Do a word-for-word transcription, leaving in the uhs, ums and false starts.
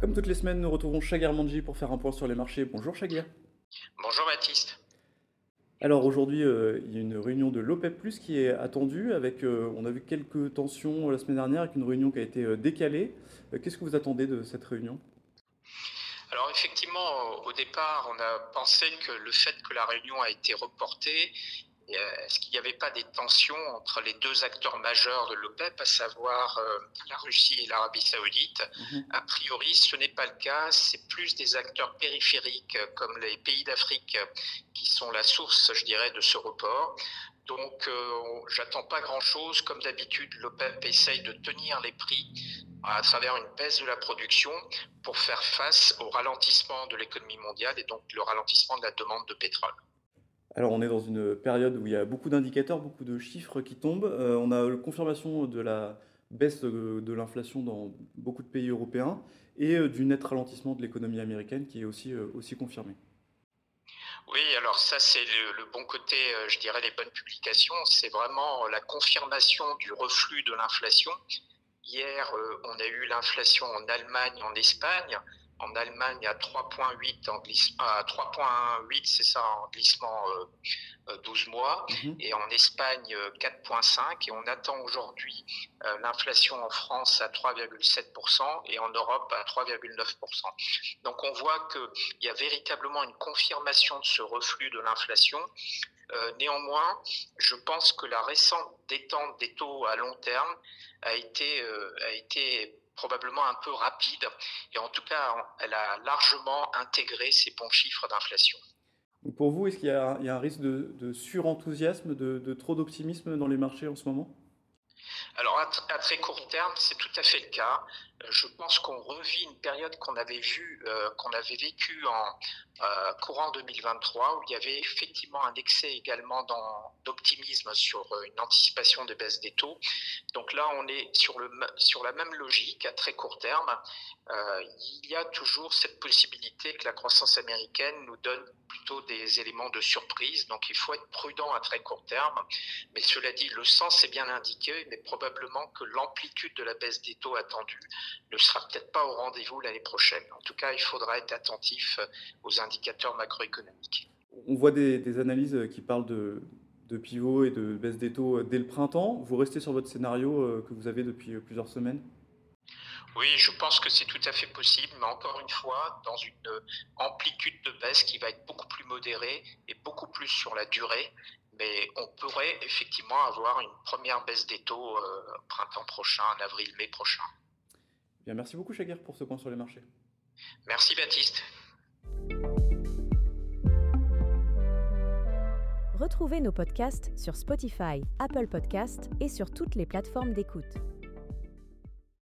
Comme toutes les semaines, nous retrouvons Chaguer Manji pour faire un point sur les marchés. Bonjour Chaguer. Bonjour Baptiste. Alors aujourd'hui, euh, il y a une réunion de l'OPEP+, qui est attendue. Avec, euh, on a vu quelques tensions euh, la semaine dernière avec une réunion qui a été euh, décalée. Euh, qu'est-ce que vous attendez de cette réunion? Alors effectivement, au départ, on a pensé que le fait que la réunion a été reportée, euh, est-ce qu'il n'y avait pas des tensions entre les deux acteurs majeurs de l'OPEP, à savoir euh, la Russie et l'Arabie Saoudite? Mhm. A priori, ce n'est pas le cas. C'est plus des acteurs périphériques euh, comme les pays d'Afrique euh, qui sont la source, je dirais, de ce report. Donc, euh, j'attends pas grand-chose. Comme d'habitude, l'OPEP essaye de tenir les prix à travers une baisse de la production pour faire face au ralentissement de l'économie mondiale et donc le ralentissement de la demande de pétrole. Alors on est dans une période où il y a beaucoup d'indicateurs, beaucoup de chiffres qui tombent. Euh, on a la confirmation de la baisse euh, de l'inflation dans beaucoup de pays européens et euh, du net ralentissement de l'économie américaine qui est aussi, euh, aussi confirmé. Oui, alors ça c'est le, le bon côté, euh, je dirais, les bonnes publications, c'est vraiment la confirmation du reflux de l'inflation. Hier, euh, on a eu l'inflation en Allemagne, en Espagne. En Allemagne à trois virgule huit en glissement, à trois virgule huit, c'est ça, en glissement euh, euh, douze mois, Mhm. et en Espagne euh, quatre virgule cinq, et on attend aujourd'hui euh, l'inflation en France à trois virgule sept pour cent et en Europe à trois virgule neuf pour cent. Donc on voit qu'il y a véritablement une confirmation de ce reflux de l'inflation. Euh, néanmoins, je pense que la récente détente des taux à long terme a été, euh, a été probablement un peu rapide, et en tout cas, elle a largement intégré ces bons chiffres d'inflation. Donc pour vous, est-ce qu'il y a, il y a un risque de, de surenthousiasme, de, de trop d'optimisme dans les marchés en ce moment? Alors à, tr- à très court terme, c'est tout à fait le cas. Euh, Je pense qu'on revit une période qu'on avait vue, euh, qu'on avait vécue en euh, courant deux mille vingt-trois, où il y avait effectivement un excès également dans- d'optimisme sur euh, une anticipation de baisse des taux. Donc là, on est sur, le, sur la même logique à très court terme. Euh, il y a toujours cette possibilité que la croissance américaine nous donne plutôt des éléments de surprise. Donc il faut être prudent à très court terme. Mais cela dit, le sens est bien indiqué, mais probablement que l'amplitude de la baisse des taux attendue ne sera peut-être pas au rendez-vous l'année prochaine. En tout cas, il faudra être attentif aux indicateurs macroéconomiques. On voit des, des analyses qui parlent de, de pivot et de baisse des taux dès le printemps. Vous restez sur votre scénario euh, que vous avez depuis euh, plusieurs semaines? Oui, je pense que c'est tout à fait possible, mais encore une fois, dans une amplitude de baisse qui va être beaucoup plus modérée et beaucoup plus sur la durée. Mais on pourrait effectivement avoir une première baisse des taux euh, printemps prochain, en avril-mai prochain. Bien, merci beaucoup Chaguer pour ce point sur les marchés. Merci Baptiste. Retrouvez nos podcasts sur Spotify, Apple Podcasts et sur toutes les plateformes d'écoute.